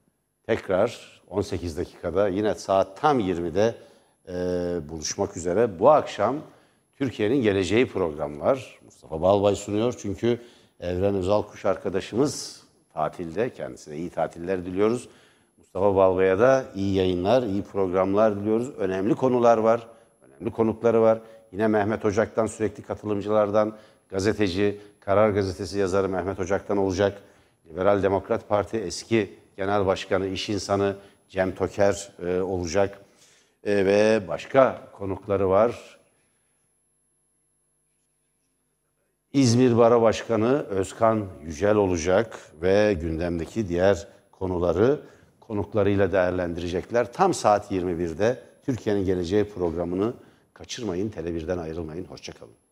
tekrar on sekiz dakikada yine saat tam yirmide e, buluşmak üzere. Bu akşam Türkiye'nin Geleceği programı var. Mustafa Balbay sunuyor çünkü Evren Özalkuş arkadaşımız tatilde. Kendisine iyi tatiller diliyoruz. Mustafa Balbay'a da iyi yayınlar, iyi programlar diliyoruz. Önemli konular var, önemli konukları var. Yine Mehmet Ocak'tan sürekli katılımcılardan gazeteci, Karar Gazetesi yazarı Mehmet Ocak'tan olacak. Liberal Demokrat Parti eski genel başkanı, iş insanı Cem Toker e, olacak. E, ve başka konukları var. İzmir Baro Başkanı Özkan Yücel olacak ve gündemdeki diğer konuları konuklarıyla değerlendirecekler. Tam saat yirmi birde Türkiye'nin Geleceği programını kaçırmayın, Tele birden ayrılmayın. Hoşça kalın.